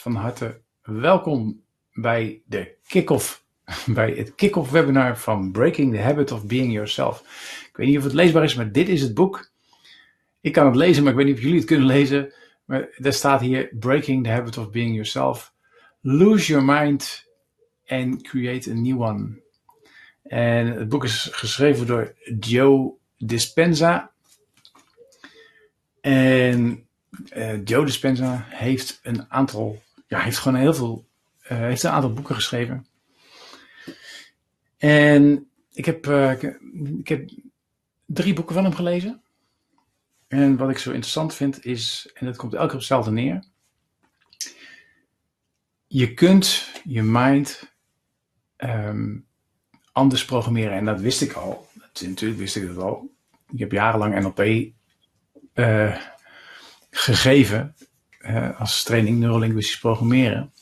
van harte welkom bij de kick-off, bij het kick-off webinar van Breaking the Habit of Being Yourself. Ik weet niet of het leesbaar is, maar dit is het boek. Ik kan het lezen, maar ik weet niet of jullie het kunnen lezen. Maar er staat hier Breaking the Habit of Being Yourself. Lose your mind and create a new one. En het boek is geschreven door Joe Dispenza. En Joe Dispenza heeft een aantal boeken geschreven. En ik heb 3 boeken van hem gelezen. En wat ik zo interessant vind is, en dat komt elke keer op hetzelfde neer. Je kunt je mind anders programmeren. En dat wist ik al. Natuurlijk wist ik dat al. Ik heb jarenlang NLP gegeven als training neurolinguistisch programmeren.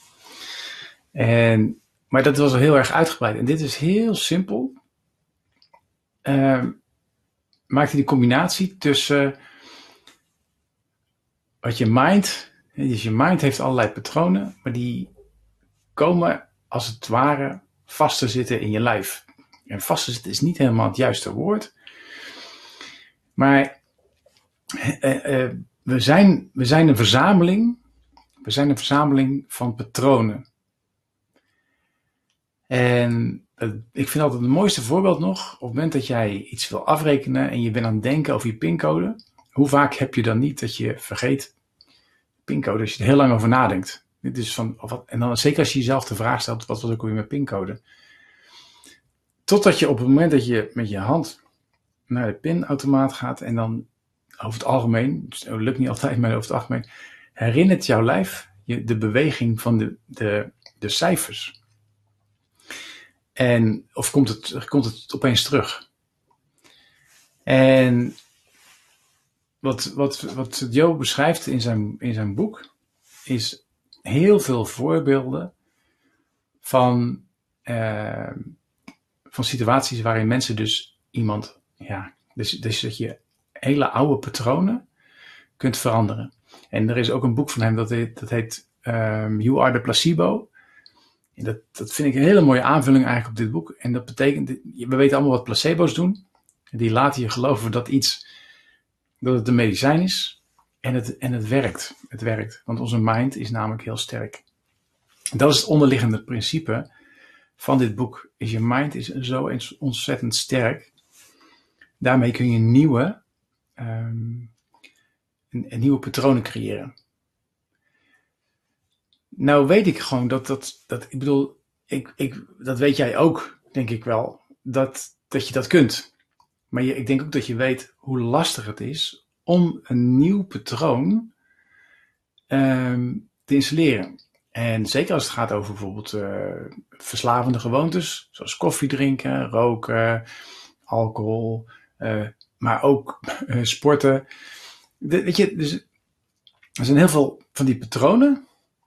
Maar dat was al heel erg uitgebreid. En dit is heel simpel. Maakt hij die combinatie tussen wat je mind... Dus je mind heeft allerlei patronen, maar die komen als het ware vast te zitten in je lijf. En vast te zitten is niet helemaal het juiste woord. Maar we zijn een verzameling. We zijn een verzameling van patronen. En ik vind altijd het mooiste voorbeeld nog, op het moment dat jij iets wil afrekenen en je bent aan het denken over je pincode, hoe vaak heb je dan niet dat je vergeet pincode als je er heel lang over nadenkt? Dit is en dan zeker als je jezelf de vraag stelt, wat was ook alweer mijn pincode? Totdat je op het moment dat je met je hand naar de pinautomaat gaat en dan over het algemeen, dus het lukt niet altijd, maar over het algemeen, herinnert jouw lijf je de beweging van de cijfers. Of komt het opeens terug? En wat Joe beschrijft in zijn boek is heel veel voorbeelden van situaties waarin mensen dus iemand, dus dat je hele oude patronen kunt veranderen. En er is ook een boek van hem dat heet You Are the Placebo. En dat vind ik een hele mooie aanvulling eigenlijk op dit boek. En dat betekent, we weten allemaal wat placebo's doen. Die laten je geloven dat het een medicijn is. En het werkt. Het werkt. Want onze mind is namelijk heel sterk. Dat is het onderliggende principe van dit boek. Je mind is zo ontzettend sterk. Daarmee kun je nieuwe patronen creëren. Nou weet ik gewoon dat ik bedoel, dat weet jij ook, denk ik wel, dat je dat kunt. Maar ik denk ook dat je weet hoe lastig het is om een nieuw patroon te installeren. En zeker als het gaat over bijvoorbeeld verslavende gewoontes, zoals koffie drinken, roken, alcohol, maar ook sporten. Weet je, dus er zijn heel veel van die patronen.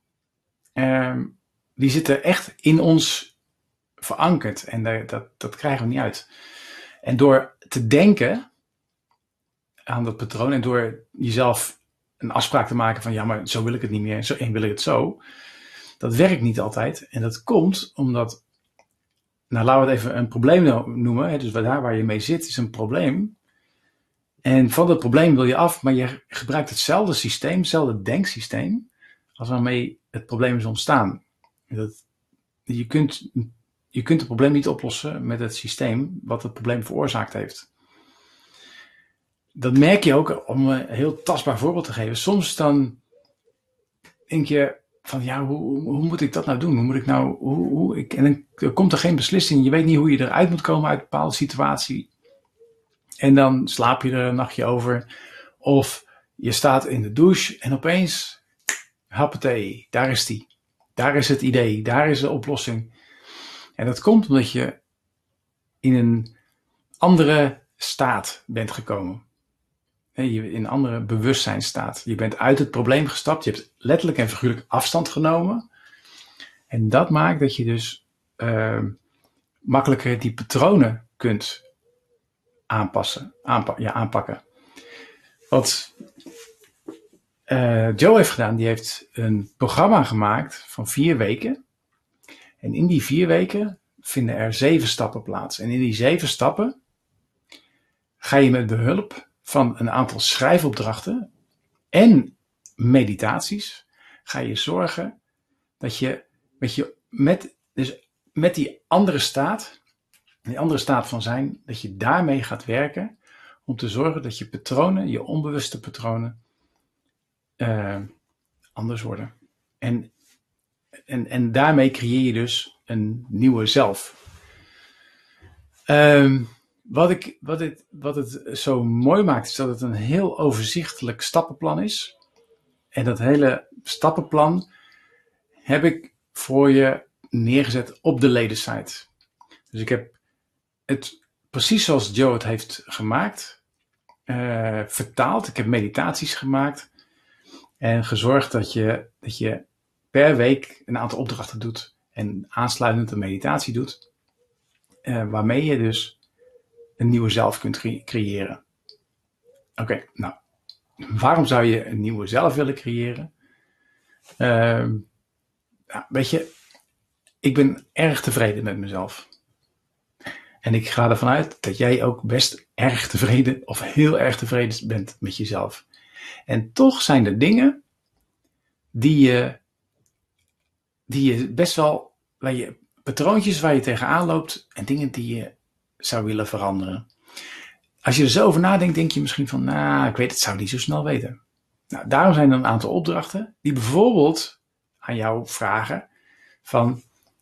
Die zitten echt in ons verankerd. En dat krijgen we niet uit. En door te denken aan dat patroon en door jezelf een afspraak te maken van ja, maar zo wil ik het niet meer, zo wil ik het zo. Dat werkt niet altijd. En dat komt omdat, laten we het even een probleem noemen. Hè, dus waar je mee zit is een probleem. En van dat probleem wil je af, maar je gebruikt hetzelfde systeem, hetzelfde denksysteem als waarmee het probleem is ontstaan. Je kunt het probleem niet oplossen met het systeem wat het probleem veroorzaakt heeft. Dat merk je ook, om een heel tastbaar voorbeeld te geven. Soms dan denk je van ja, hoe moet ik dat nou doen? Hoe moet ik nou, en dan komt er geen beslissing. Je weet niet hoe je eruit moet komen uit een bepaalde situatie. En dan slaap je er een nachtje over. Of je staat in de douche en opeens, happatee, daar is die. Daar is het idee, daar is de oplossing. En dat komt omdat je in een andere staat bent gekomen. In een andere bewustzijnstaat. Je bent uit het probleem gestapt. Je hebt letterlijk en figuurlijk afstand genomen. En dat maakt dat je dus makkelijker die patronen kunt aanpakken. Joe heeft gedaan, die heeft een programma gemaakt van 4 weken. En in die 4 weken vinden er 7 stappen plaats. En in die 7 stappen ga je met behulp van een aantal schrijfopdrachten en meditaties, ga je zorgen dat je met die andere staat van zijn, dat je daarmee gaat werken om te zorgen dat je patronen, je onbewuste patronen, anders worden. En daarmee creëer je dus een nieuwe zelf. Wat het zo mooi maakt, is dat het een heel overzichtelijk stappenplan is. En dat hele stappenplan heb ik voor je neergezet op de ledensite. Dus ik heb het precies zoals Joe het heeft gemaakt, vertaald. Ik heb meditaties gemaakt en gezorgd dat je per week een aantal opdrachten doet en aansluitend een meditatie doet, waarmee je dus een nieuwe zelf kunt creëren. Oké, nou, waarom zou je een nieuwe zelf willen creëren? Weet je, ik ben erg tevreden met mezelf. En ik ga ervan uit dat jij ook best erg tevreden of heel erg tevreden bent met jezelf. En toch zijn er dingen die je best wel, patroontjes waar je tegenaan loopt en dingen die je zou willen veranderen. Als je er zo over nadenkt, denk je misschien van, ik weet het, zou niet zo snel weten. Nou, daarom zijn er een aantal opdrachten die bijvoorbeeld aan jou vragen van,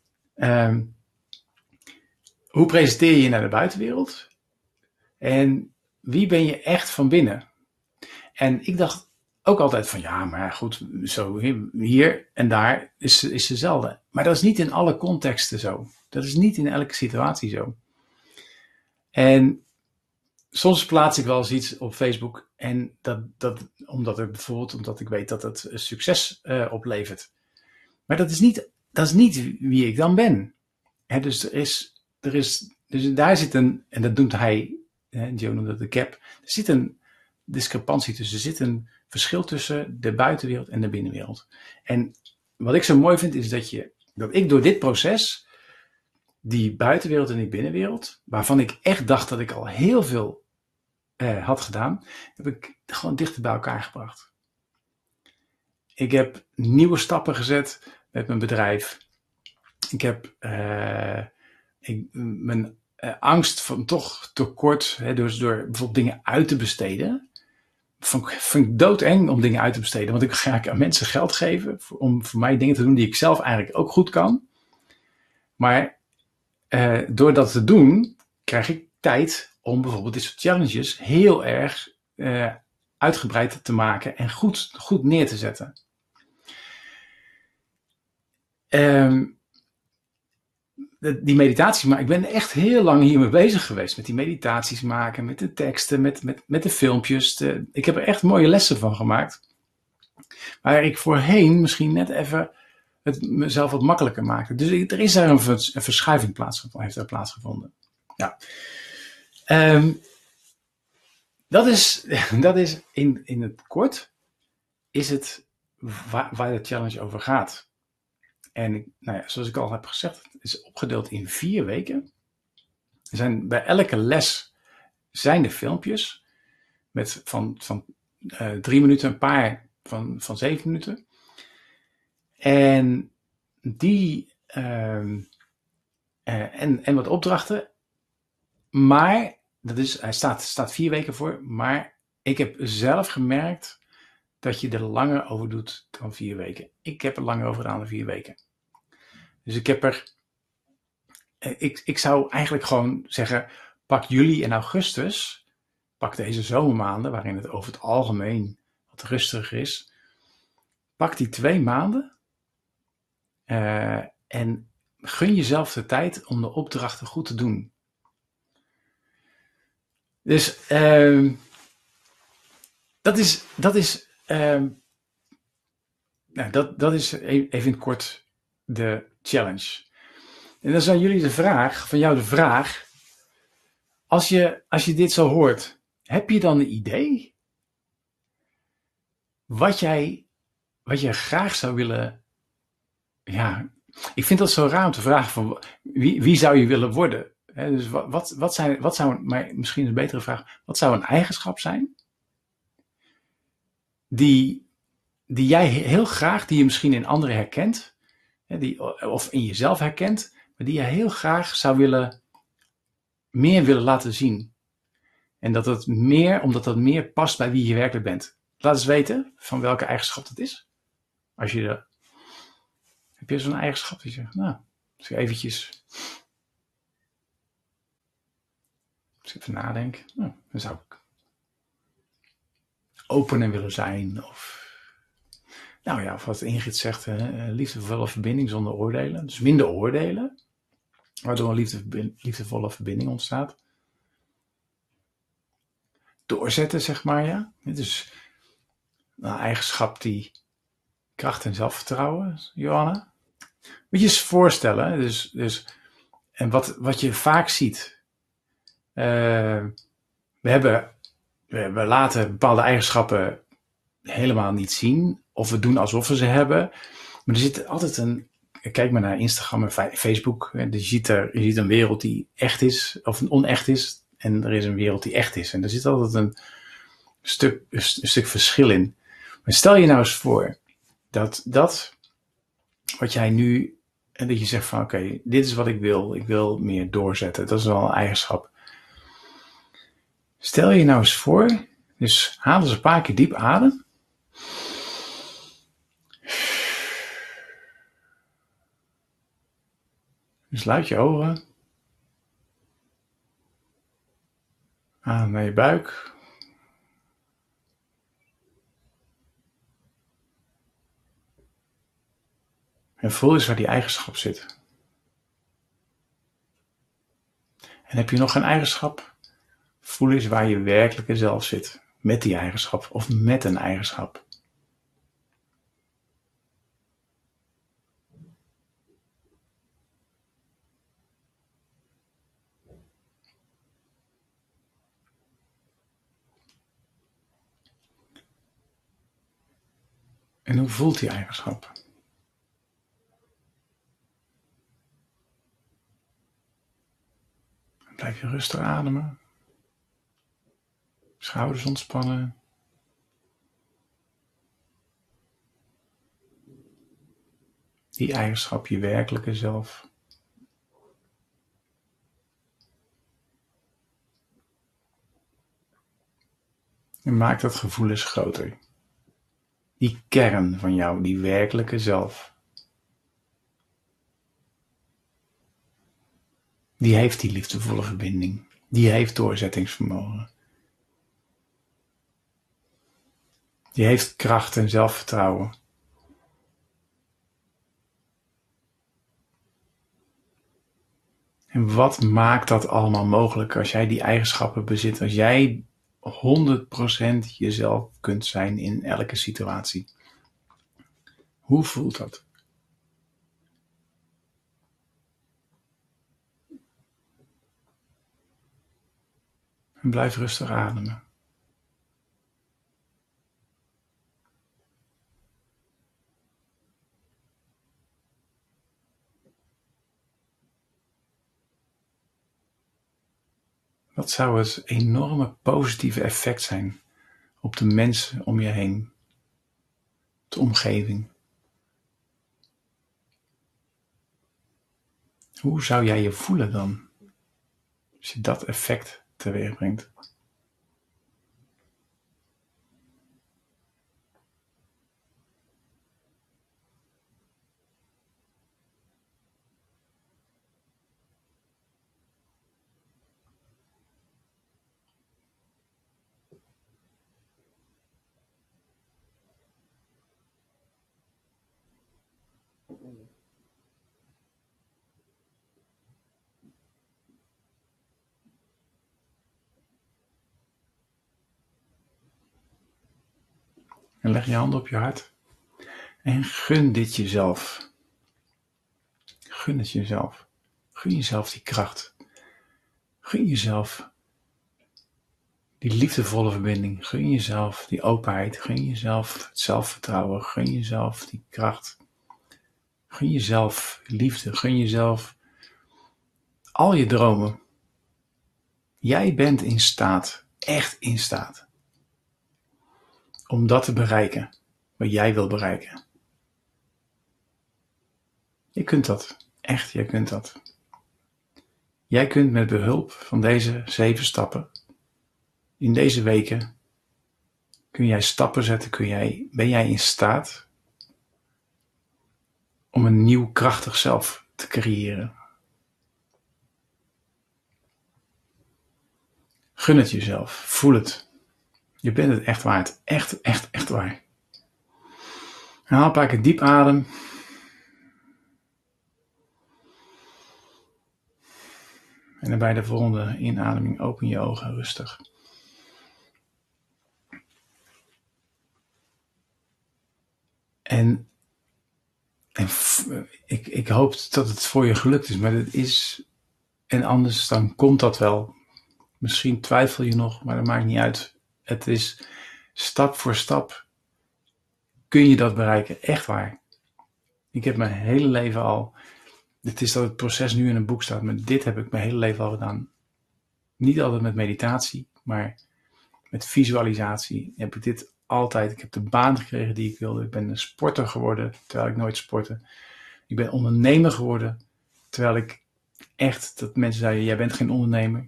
hoe presenteer je je naar de buitenwereld? En wie ben je echt van binnen? En ik dacht ook altijd van, maar goed, zo hier en daar is hetzelfde. Maar dat is niet in alle contexten zo. Dat is niet in elke situatie zo. En soms plaats ik wel eens iets op Facebook en omdat ik weet dat het succes oplevert. Maar dat is niet wie ik dan ben. Dus daar zit en dat noemt hij, Joe noemt dat de gap, er zit een discrepantie tussen, er zit een verschil tussen de buitenwereld en de binnenwereld. En wat ik zo mooi vind is dat ik door dit proces, die buitenwereld en die binnenwereld, waarvan ik echt dacht dat ik al heel veel had gedaan, heb ik gewoon dichter bij elkaar gebracht. Ik heb nieuwe stappen gezet met mijn bedrijf. Ik heb mijn angst van toch tekort, dus door bijvoorbeeld dingen uit te besteden, vind ik doodeng om dingen uit te besteden. Want ik ga aan mensen geld geven om voor mij dingen te doen die ik zelf eigenlijk ook goed kan. Maar door dat te doen, krijg ik tijd om bijvoorbeeld dit soort challenges heel erg uitgebreid te maken en goed neer te zetten. Die meditaties maken. Ik ben echt heel lang hiermee bezig geweest. Met die meditaties maken, met de teksten, met de filmpjes. Ik heb er echt mooie lessen van gemaakt. Waar ik voorheen misschien net even het mezelf wat makkelijker maakte. Dus er is daar een verschuiving plaatsgevonden. Ja. Dat is in het kort is het waar de challenge over gaat. En zoals ik al heb gezegd, het is opgedeeld in 4 weken. Bij elke les zijn er filmpjes van 3 minuten, een paar van 7 minuten. En die en wat opdrachten. Maar hij staat 4 weken voor. Maar ik heb zelf gemerkt dat je er langer over doet dan 4 weken. Ik heb er langer over gedaan dan 4 weken. Dus ik zou eigenlijk gewoon zeggen, pak juli en augustus, pak deze zomermaanden, waarin het over het algemeen wat rustiger is, pak die 2 maanden en gun jezelf de tijd om de opdrachten goed te doen. Dus dat is even in het kort de challenge. En dan is aan jullie van jou de vraag, als je dit zo hoort, heb je dan een idee? wat jij graag zou willen. Ja, ik vind dat zo raar om te vragen van wie zou je willen worden? Dus wat zou, maar misschien een betere vraag, wat zou een eigenschap zijn die jij heel graag, die je misschien in anderen herkent, of in jezelf herkent, maar die je heel graag zou meer willen laten zien. En dat het omdat dat meer past bij wie je werkelijk bent. Laat eens weten van welke eigenschap dat is. Heb je zo'n eigenschap die zegt, nou, als ik eventjes even nadenk, nou, dan zou ik opener willen zijn. Of, nou ja, of wat Ingrid zegt, liefdevolle verbinding zonder oordelen. Dus minder oordelen, waardoor een liefdevolle verbinding ontstaat. Doorzetten, zeg maar, ja. Dus een eigenschap die kracht en zelfvertrouwen, Johanna. Moet je eens voorstellen, en wat je vaak ziet. We laten bepaalde eigenschappen helemaal niet zien. Of we doen alsof we ze hebben. Maar er zit altijd kijk maar naar Instagram en Facebook. Je ziet een wereld die echt is of onecht is. En er is een wereld die echt is. En er zit altijd een stuk verschil in. Maar stel je nou eens voor dat wat jij nu, en dat je zegt van oké, dit is wat ik wil meer doorzetten. Dat is wel een eigenschap. Stel je nou eens voor, dus haal eens een paar keer diep adem. Dus sluit je ogen. Adem naar je buik. En voel eens waar die eigenschap zit. En heb je nog geen eigenschap? Voel eens waar je werkelijke zelf zit. Met die eigenschap of met een eigenschap. En hoe voelt die eigenschap? Blijf je rustig ademen. Schouders ontspannen. Die eigenschap, je werkelijke zelf. En maak dat gevoel eens groter. Die kern van jou, die werkelijke zelf. Die heeft die liefdevolle verbinding. Die heeft doorzettingsvermogen. Die heeft kracht en zelfvertrouwen. En wat maakt dat allemaal mogelijk als jij die eigenschappen bezit? Als jij 100% jezelf kunt zijn in elke situatie. Hoe voelt dat? En blijf rustig ademen. Wat zou het enorme positieve effect zijn op de mensen om je heen, de omgeving? Hoe zou jij je voelen dan, als je dat effect teweeg brengt? En leg je handen op je hart. En gun dit jezelf. Gun het jezelf. Gun jezelf die kracht. Gun jezelf die liefdevolle verbinding. Gun jezelf die openheid. Gun jezelf het zelfvertrouwen. Gun jezelf die kracht. Gun jezelf liefde. Gun jezelf al je dromen. Jij bent in staat, echt in staat, om dat te bereiken wat jij wil bereiken. Je kunt dat. Echt, jij kunt dat. Jij kunt met behulp van deze 7 stappen, in deze weken, kun jij stappen zetten, ben jij in staat om een nieuw krachtig zelf te creëren. Gun het jezelf. Voel het. Je bent het echt waard. Echt, echt, echt waar. Haal een paar keer diep adem. En dan bij de volgende inademing open je ogen rustig. En ik hoop dat het voor je gelukt is, maar het is, en anders dan komt dat wel. Misschien twijfel je nog, maar dat maakt niet uit. Het is stap voor stap kun je dat bereiken, echt waar. Ik heb mijn hele leven al, het is dat het proces nu in een boek staat, maar dit heb ik mijn hele leven al gedaan. Niet altijd met meditatie, maar met visualisatie heb ik dit altijd. Ik heb de baan gekregen die ik wilde. Ik ben een sporter geworden, terwijl ik nooit sportte. Ik ben ondernemer geworden, terwijl ik echt, dat mensen zeiden, jij bent geen ondernemer.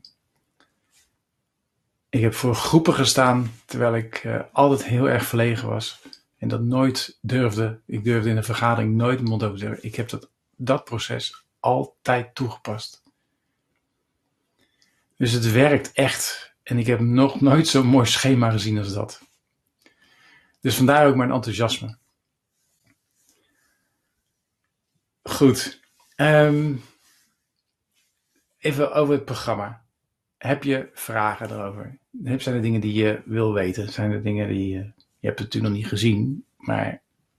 Ik heb voor groepen gestaan, terwijl ik altijd heel erg verlegen was. En dat nooit durfde. Ik durfde in een vergadering nooit de mond over te zeggen. Ik heb dat proces altijd toegepast. Dus het werkt echt. En ik heb nog nooit zo'n mooi schema gezien als dat. Dus vandaar ook mijn enthousiasme. Goed. Even over het programma. Heb je vragen erover? Zijn er dingen die je wil weten? Zijn er dingen die je hebt het natuurlijk nog niet gezien, maar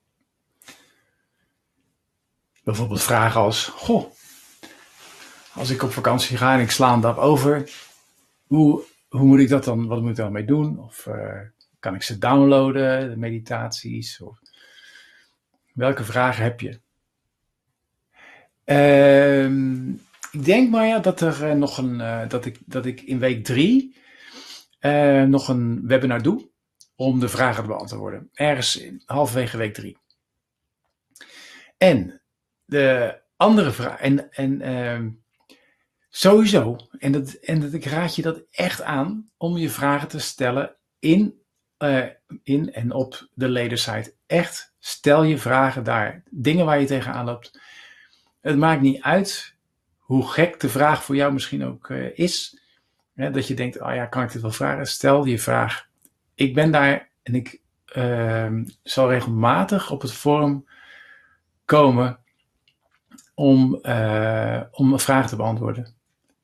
bijvoorbeeld vragen als, als ik op vakantie ga en ik sla een dag over, hoe moet ik dat dan, wat moet ik daar mee doen? Of kan ik ze downloaden, de meditaties? Of welke vragen heb je? Ik denk maar ja, dat er nog dat ik in week 3 nog een webinar doe om de vragen te beantwoorden. Ergens halverwege week 3. En de andere vraag, sowieso, ik raad je dat echt aan om je vragen te stellen in en op de ledensite. Echt, stel je vragen daar. Dingen waar je tegenaan loopt. Het maakt niet uit hoe gek de vraag voor jou misschien ook is. Hè, dat je denkt, kan ik dit wel vragen? Stel je vraag. Ik ben daar en ik zal regelmatig op het forum komen om een vraag te beantwoorden.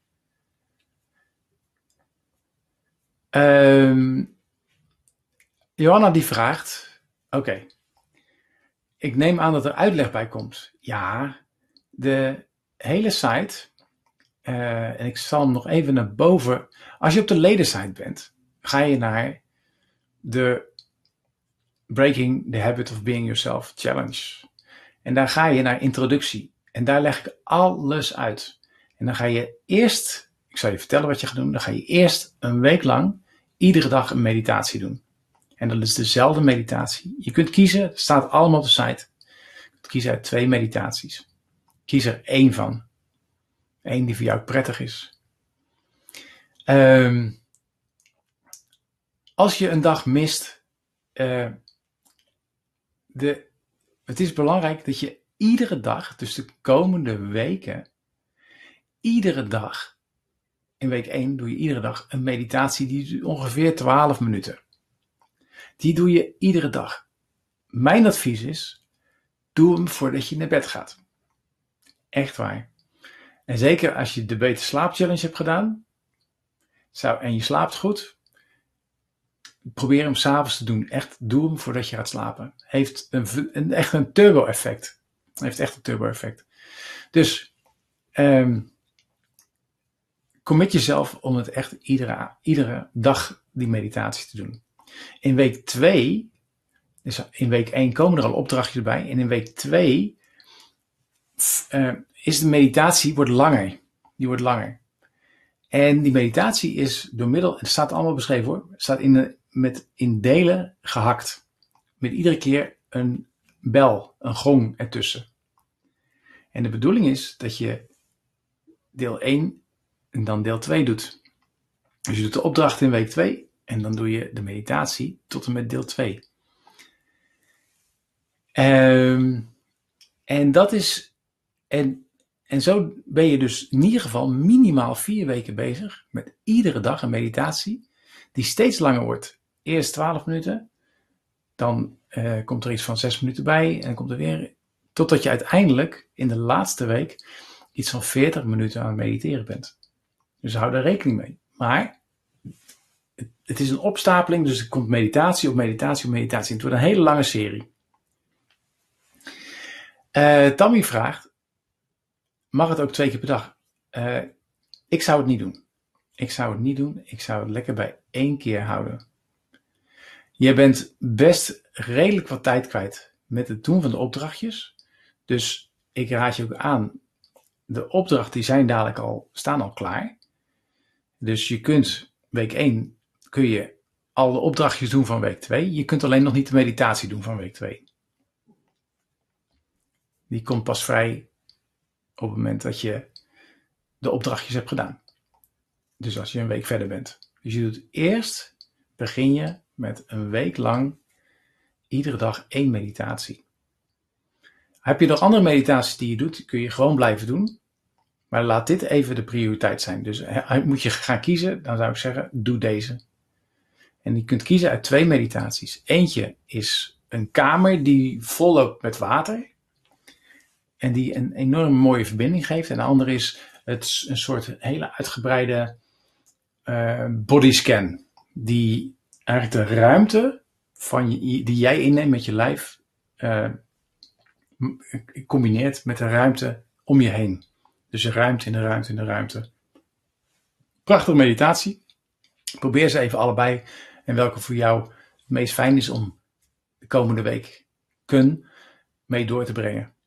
Johanna die vraagt, oké, ik neem aan dat er uitleg bij komt. Ja, de hele site, en ik zal hem nog even naar boven. Als je op de ledensite bent, ga je naar de Breaking the Habit of Being Yourself Challenge. En daar ga je naar introductie. En daar leg ik alles uit. En dan ga je eerst, ik zal je vertellen wat je gaat doen. Dan ga je eerst een week lang iedere dag een meditatie doen. En dat is dezelfde meditatie. Je kunt kiezen, het staat allemaal op de site. Je kunt kiezen uit 2 meditaties. Kies er 1 van. 1 die voor jou prettig is. Als je een dag mist, het is belangrijk dat je iedere dag, dus de komende weken, iedere dag, in week 1 doe je iedere dag een meditatie die duurt ongeveer 12 minuten. Die doe je iedere dag. Mijn advies is, doe hem voordat je naar bed gaat. Echt waar. En zeker als je de Beter Slaap Challenge hebt gedaan, en je slaapt goed, probeer hem 's avonds te doen. Echt, doe hem voordat je gaat slapen. Heeft echt een turbo effect. Dus, commit jezelf om het echt iedere dag die meditatie te doen. In week 2, dus in week 1 komen er al opdrachtjes bij. En in week 2 is de meditatie wordt langer. Die wordt langer. En die meditatie is door middel, het staat allemaal beschreven hoor, staat in delen gehakt. Met iedere keer een bel, een gong ertussen. En de bedoeling is dat je deel 1 en dan deel 2 doet. Dus je doet de opdracht in week 2 en dan doe je de meditatie tot en met deel 2. En dat is, en zo ben je dus in ieder geval minimaal 4 weken bezig met iedere dag een meditatie die steeds langer wordt. Eerst 12 minuten, dan komt er iets van 6 minuten bij en dan komt er weer, totdat je uiteindelijk in de laatste week iets van 40 minuten aan het mediteren bent. Dus hou daar rekening mee. Maar het is een opstapeling, dus er komt meditatie op meditatie op meditatie. Het wordt een hele lange serie. Tammy vraagt, mag het ook 2 keer per dag? Ik zou het niet doen. Ik zou het lekker bij 1 keer houden. Je bent best redelijk wat tijd kwijt met het doen van de opdrachtjes. Dus ik raad je ook aan, de opdrachten die staan al klaar. Dus je kunt week 1 kun je al de opdrachtjes doen van week 2. Je kunt alleen nog niet de meditatie doen van week 2. Die komt pas vrij op het moment dat je de opdrachtjes hebt gedaan. Dus als je een week verder bent. Dus je doet eerst, begin je met een week lang iedere dag 1 meditatie. Heb je nog andere meditaties die je doet, kun je gewoon blijven doen. Maar laat dit even de prioriteit zijn. Dus moet je gaan kiezen, dan zou ik zeggen, doe deze. En je kunt kiezen uit 2 meditaties. Eentje is een kamer die vol loopt met water. En die een enorm mooie verbinding geeft. En de andere is een soort hele uitgebreide bodyscan. Die eigenlijk de ruimte die jij inneemt met je lijf combineert met de ruimte om je heen. Dus de ruimte in de ruimte in de ruimte. Prachtige meditatie. Probeer ze even allebei. En welke voor jou het meest fijn is om de komende week mee door te brengen.